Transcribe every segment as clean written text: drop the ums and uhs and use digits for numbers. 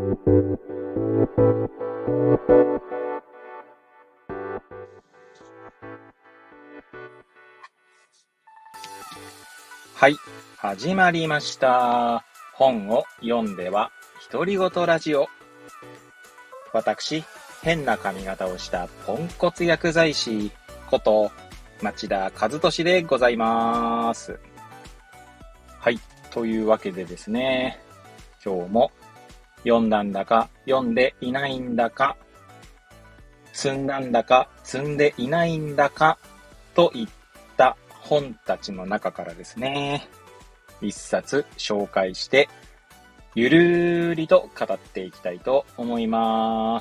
はい、始まりました。本を読んでは独り言ラジオ。私、変な髪型をしたポンコツ薬剤師こと町田和俊でございます。はい、というわけでですね、今日も読んだんだか読んでいないんだか、積んだんだか積んでいないんだかといった本たちの中からですね、一冊紹介してゆるーりと語っていきたいと思います。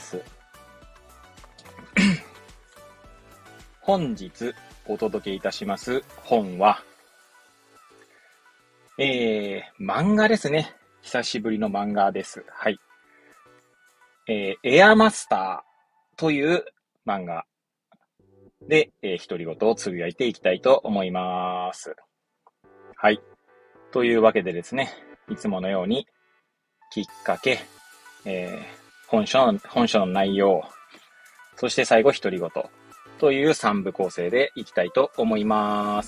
本日お届けいたします本は、漫画ですね。久しぶりの漫画です。はい。エアマスターという漫画で、独り言をつぶやいていきたいと思います。はい。というわけでですね、いつものようにきっかけ、本書の内容、そして最後独り言という3部構成でいきたいと思います。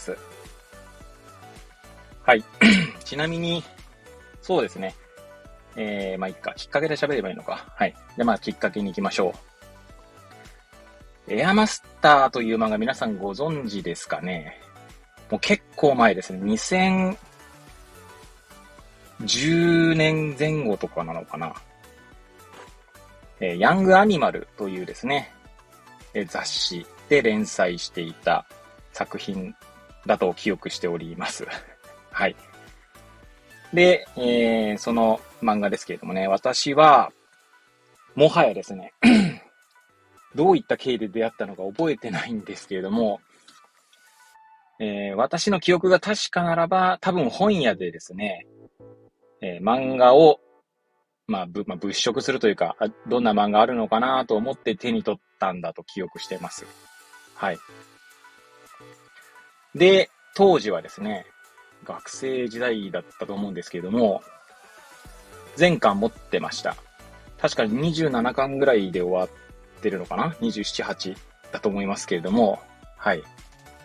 はい。ちなみに、そうですね。まあ、いっか。きっかけで喋ればいいのか。はい。で、まあ、きっかけに行きましょう。エアマスターという漫画皆さんご存知ですかね。もう結構前ですね。2010年前後とかなのかな。ヤングアニマルというですね、雑誌で連載していた作品だと記憶しております。はい。で、その漫画ですけれどもね、私は、もはやですね、どういった経緯で出会ったのか覚えてないんですけれども、私の記憶が確かならば、多分本屋でですね、漫画を、物色するというか、どんな漫画あるのかなと思って手に取ったんだと記憶しています。はい。で、当時はですね、学生時代だったと思うんですけれども、全巻持ってました。確かに27巻ぐらいで終わってるのかな ?27、8だと思いますけれども、はい。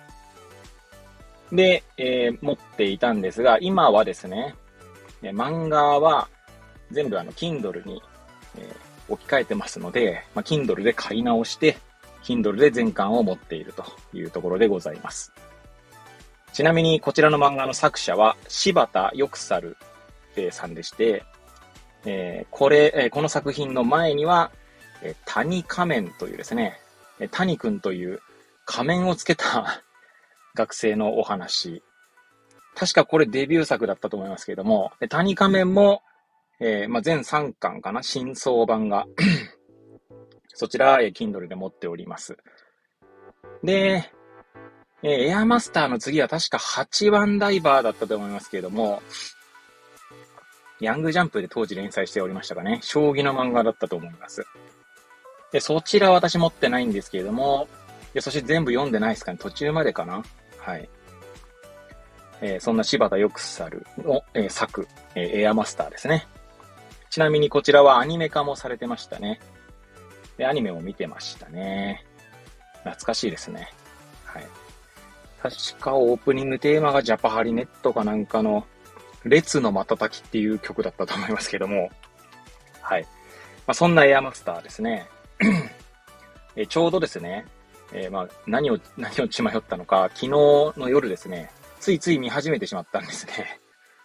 で、持っていたんですが、今はですね、漫画は全部Kindle に、置き換えてますので、Kindle で買い直して、Kindle で全巻を持っているというところでございます。ちなみにこちらの漫画の作者は柴田よくさるさんでして、この作品の前には、谷仮面というですね、谷くんという仮面をつけた学生のお話。確かこれデビュー作だったと思いますけれども、谷仮面も、全3巻かな、新装版が。そちら、Kindle で持っております。で、エアマスターの次は確か8番ダイバーだったと思いますけれども、ヤングジャンプで当時連載しておりましたかね。将棋の漫画だったと思います。で、そちら私持ってないんですけれども、そして全部読んでないですかね。途中までかな。はい。そんな柴田よくさるの、作、エアマスターですね。ちなみにこちらはアニメ化もされてましたね。で、アニメも見てましたね。懐かしいですね。はい。確かオープニングテーマがジャパハリネットかなんかの列の瞬きっていう曲だったと思いますけども。はい。そんなエアマスターですね。ちょうどですね、何を血迷ったのか、昨日の夜ですね、ついつい見始めてしまったんですね。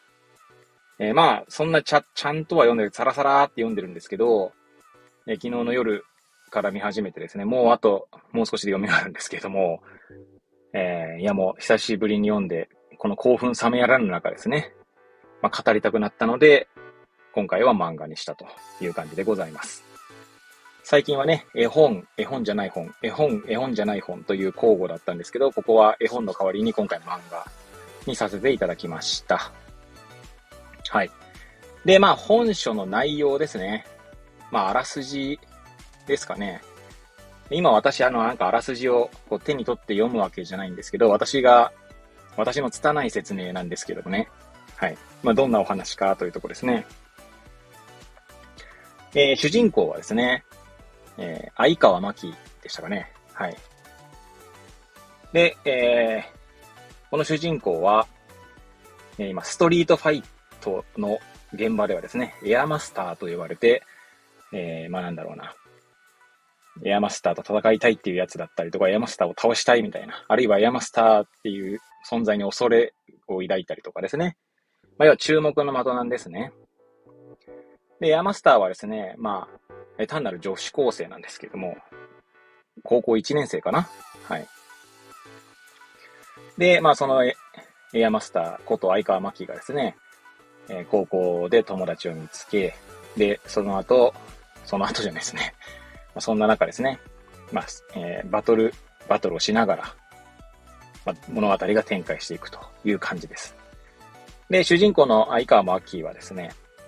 そんなちゃんとは読んでる、サラサラーって読んでるんですけど、昨日の夜から見始めてですね、もう少しで読み終わるんですけれども、いやもう久しぶりに読んで、この興奮冷めやらぬ中ですね、語りたくなったので、今回は漫画にしたという感じでございます。最近はね、絵本じゃない本という交互だったんですけど、ここは絵本の代わりに今回漫画にさせていただきました。はい。で、本書の内容ですね。あらすじですかね。今私なんかあらすじをこう手に取って読むわけじゃないんですけど、私の拙い説明なんですけどもね。はい。どんなお話かというところですね。 主人公はですね、相川真紀でしたかね。はい。で、この主人公は、今、ストリートファイトの現場ではですね、エアマスターと呼ばれて、なんだろうな。エアマスターと戦いたいっていうやつだったりとか、エアマスターを倒したいみたいな、あるいはエアマスターっていう存在に恐れを抱いたりとかですね。要は注目の的なんですね。で、エアマスターはですね、単なる女子高生なんですけども、高校1年生かな。はい。で、そのエアマスターこと相川真紀がですね、高校で友達を見つけ、で、その後じゃないですね。そんな中ですね、バトルをしながら、物語が展開していくという感じです。で、主人公の相川真紀はですね、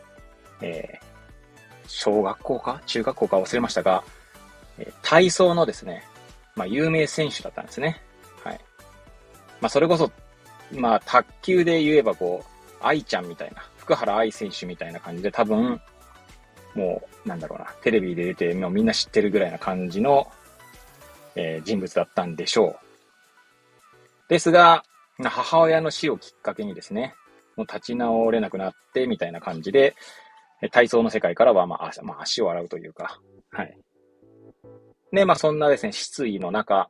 小学校か中学校か忘れましたが、体操のですね、有名選手だったんですね。はい。それこそ、卓球で言えば愛ちゃんみたいな、福原愛選手みたいな感じで多分、もう、テレビで出て、もうみんな知ってるぐらいな感じの、人物だったんでしょう。ですが、母親の死をきっかけにですね、もう立ち直れなくなってみたいな感じで、体操の世界からは、足を洗うというか、はい。で、そんなですね、失意の中、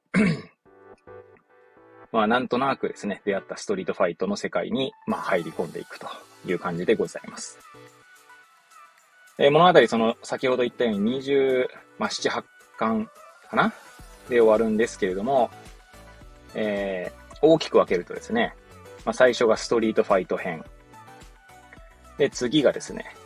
なんとなくですね、出会ったストリートファイトの世界に、入り込んでいくという感じでございます。物語、先ほど言ったように27、8巻かなで終わるんですけれども、大きく分けるとですね、最初がストリートファイト編。で、次がですね、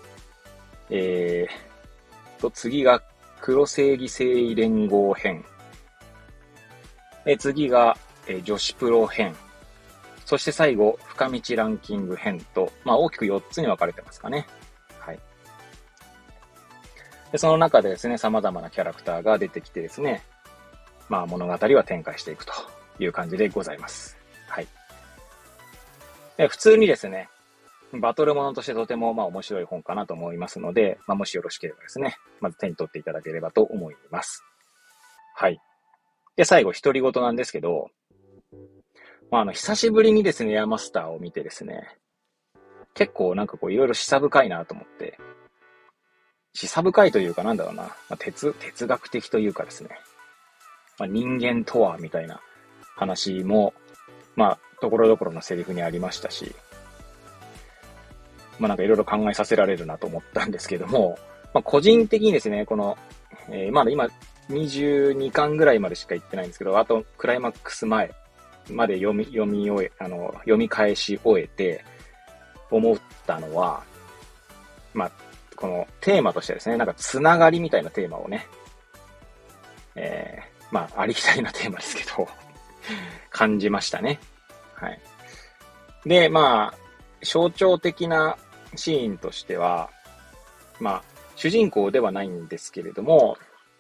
次が黒正義正義連合編。で、次が、女子プロ編。そして最後、深道ランキング編と、大きく4つに分かれてますかね。はい。で、その中でですね、様々なキャラクターが出てきてですね、物語は展開していくという感じでございます。はい。で、普通にですね、バトルものとしてとても面白い本かなと思いますので、もしよろしければですね、まず手に取っていただければと思います。はい。で、最後、独り言なんですけど、久しぶりにですね、エアマスターを見てですね、結構いろいろ示唆深いなと思って、示唆深いというか哲学的というかですね、人間とはみたいな話も、ところどころのセリフにありましたし、いろいろ考えさせられるなと思ったんですけども、個人的にですね、この、まだ今22巻ぐらいまでしか言ってないんですけど、あとクライマックス前まで読み返し終えて思ったのは、このテーマとしてですね、つながりみたいなテーマをね、ありきたりなテーマですけど、感じましたね。はい。で、象徴的なシーンとしては、主人公ではないんですけれども、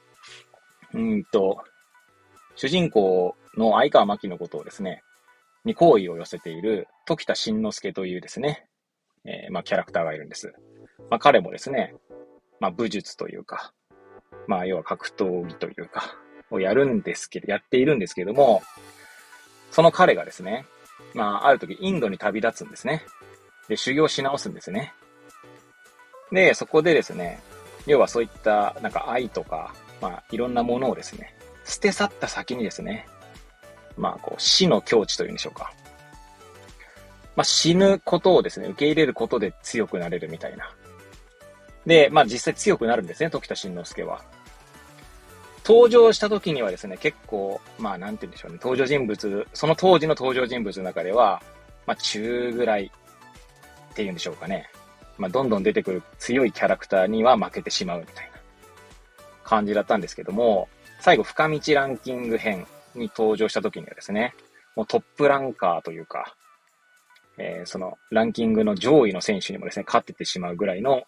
主人公の相川真紀のことをですね、に好意を寄せている時田慎之介というですね、キャラクターがいるんです。彼もですね、武術というか、要は格闘技というか、をやっているんですけれども、その彼がですね、ある時インドに旅立つんですね。で、修行し直すんですね。で、そこでですね、要はそういった愛とか、いろんなものをですね、捨て去った先にですね、死の境地というんでしょうか。死ぬことをですね、受け入れることで強くなれるみたいな。で、実際強くなるんですね、時田慎之介は。登場した時にはですね、結構、なんて言うんでしょうね、その当時の登場人物の中では、中ぐらいっていうんでしょうかね。どんどん出てくる強いキャラクターには負けてしまうみたいな感じだったんですけども、最後、深道ランキング編に登場した時にはですね、もうトップランカーというか、そのランキングの上位の選手にもですね、勝っててしまうぐらいの、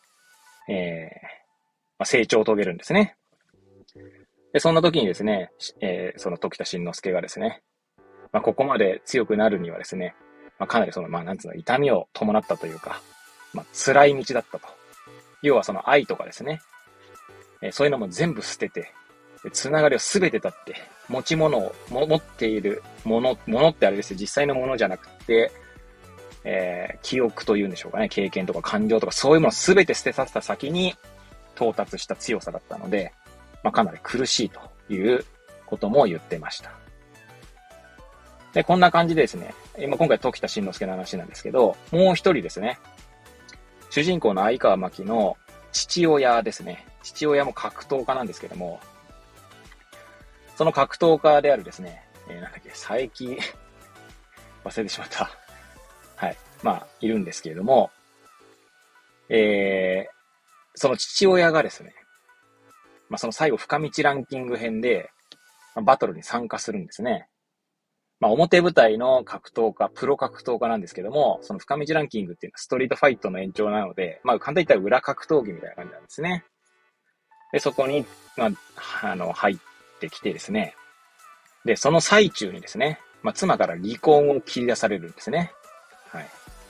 成長を遂げるんですね。で、そんな時にですね、その時田慎之介がですね、ここまで強くなるにはですね、かなり痛みを伴ったというか、辛い道だったと。要はその愛とかですね、 そういうのも全部捨てて、つながりをすべて断って、持ち物を、持っているものってあれですよ、実際のものじゃなくて、記憶というんでしょうかね、経験とか感情とかそういうものすべて捨てさせた先に到達した強さだったので、かなり苦しいということも言ってました。で、こんな感じでですね、今回時田慎之介の話なんですけど、もう一人ですね、主人公の相川真紀の父親ですね。父親も格闘家なんですけども、その格闘家であるですね、佐伯、忘れてしまった。はい。いるんですけれども、その父親がですね、その最後深道ランキング編で、バトルに参加するんですね。表舞台の格闘家、プロ格闘家なんですけども、その深道ランキングっていうのはストリートファイトの延長なので、簡単に言ったら裏格闘技みたいな感じなんですね。で、そこに、入ってきてですね。で、その最中にですね、妻から離婚を切り出されるんですね。はい。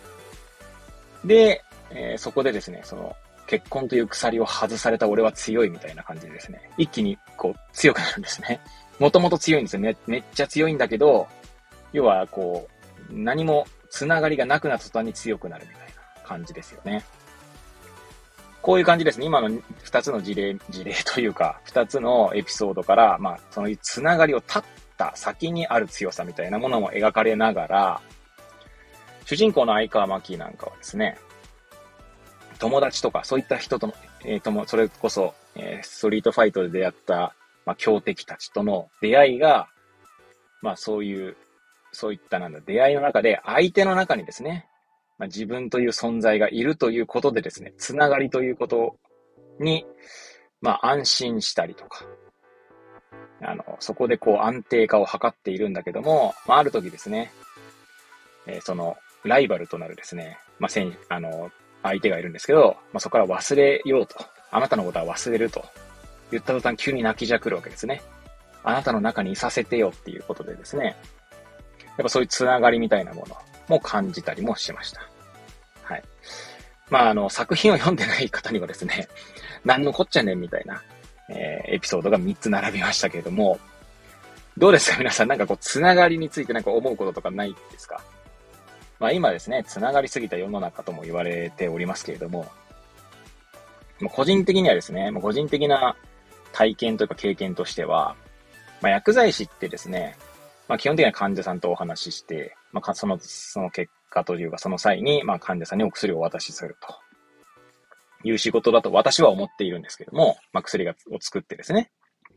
で、そこでですね、その、結婚という鎖を外された俺は強いみたいな感じでですね、一気に強くなるんですね。もともと強いんですよね。めっちゃ強いんだけど、要は何もつながりがなくなった途端に強くなるみたいな感じですよね。こういう感じですね。今の2つの事例というか、2つのエピソードから、そのつながりを断った先にある強さみたいなものも描かれながら、主人公の相川真紀なんかはですね、友達とかそういった人との、それこそ、ストリートファイトで出会った、強敵たちとの出会いが、そういった出会いの中で相手の中にですね、自分という存在がいるということでですね、つながりということに、安心したりとか、そこで安定化を図っているんだけども、ある時ですね、そのライバルとなるですね、相手がいるんですけど、そこから忘れようと、あなたのことは忘れると言った途端急に泣きじゃくるわけですね。あなたの中にいさせてよっていうことでですね、やっぱそういうつながりみたいなものも感じたりもしました。はい。作品を読んでない方にはですね、何のこっちゃねんみたいな、エピソードが3つ並びましたけれども、どうですか皆さん、つながりについて思うこととかないですか？今ですね、つながりすぎた世の中とも言われておりますけれども、個人的にはですね、個人的な体験というか経験としては、薬剤師ってですね、基本的には患者さんとお話しして、その結果というかその際に、患者さんにお薬をお渡しするという仕事だと私は思っているんですけども、薬を作ってですね、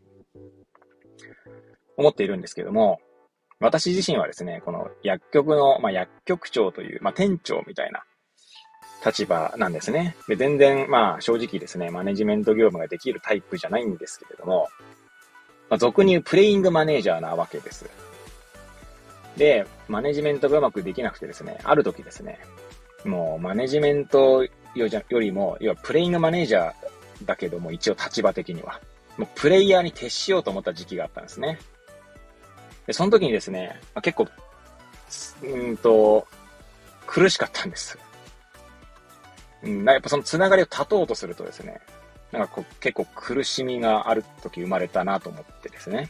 思っているんですけども、私自身はですね、この薬局の、薬局長という、店長みたいな立場なんですね。で、全然、正直ですね、マネジメント業務ができるタイプじゃないんですけれども、俗に言うプレイングマネージャーなわけです。で、マネジメントがうまくできなくてですね、ある時ですね、もうマネジメントよりも、要はプレイングマネージャーだけども、一応立場的には、もうプレイヤーに徹しようと思った時期があったんですね。で、その時にですね、結構、苦しかったんです。やっぱそのつながりを断とうとするとですね、結構苦しみがある時生まれたなと思ってですね。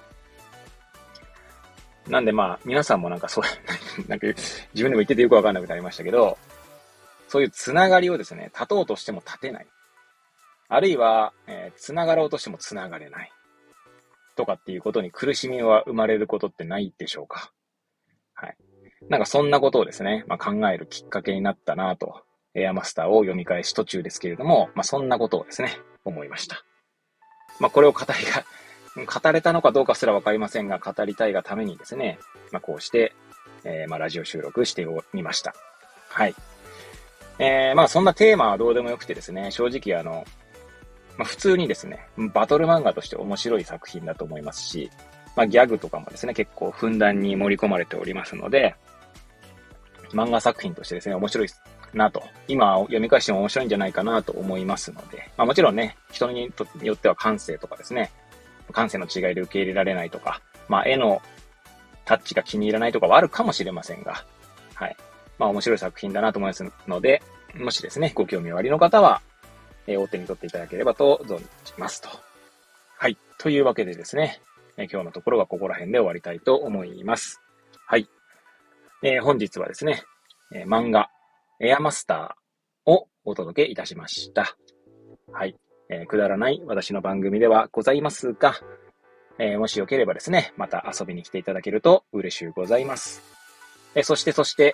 なんで皆さんもそう、自分でも言っててよくわかんなくなりましたけど、そういうつながりをですね、断とうとしても断てない。あるいは、つながろうとしてもつながれない。とかっていうことに苦しみは生まれることってないでしょうか。はい。そんなことをですね、考えるきっかけになったなと、エアマスターを読み返し途中ですけれども、そんなことをですね、思いました。これを語れたのかどうかすらわかりませんが、語りたいがためにですね、こうして、ラジオ収録してみました。はい。そんなテーマはどうでもよくてですね、正直普通にですね、バトル漫画として面白い作品だと思いますし、ギャグとかもですね、結構ふんだんに盛り込まれておりますので、漫画作品としてですね、面白いなと、今読み返しても面白いんじゃないかなと思いますので、もちろんね、人によっては感性とかですね、感性の違いで受け入れられないとか、絵のタッチが気に入らないとかはあるかもしれませんが、はい。面白い作品だなと思いますので、もしですね、ご興味おありの方は、 お手に取っていただければと存じますと。はい。というわけでですね、今日のところはここら辺で終わりたいと思います。はい。本日はですね、漫画、エアマスターをお届けいたしました。はい。くだらない私の番組ではございますが、もしよければですね、また遊びに来ていただけると嬉しゅうございます。そして、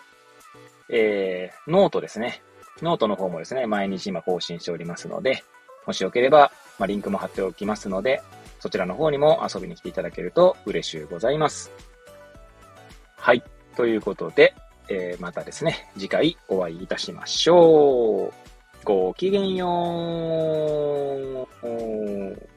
ノートですね。ノートの方もですね、毎日今更新しておりますので、もしよければ、リンクも貼っておきますので、そちらの方にも遊びに来ていただけると嬉しゅうございます。はい。ということで、またですね、次回お会いいたしましょう。ごきげんよう。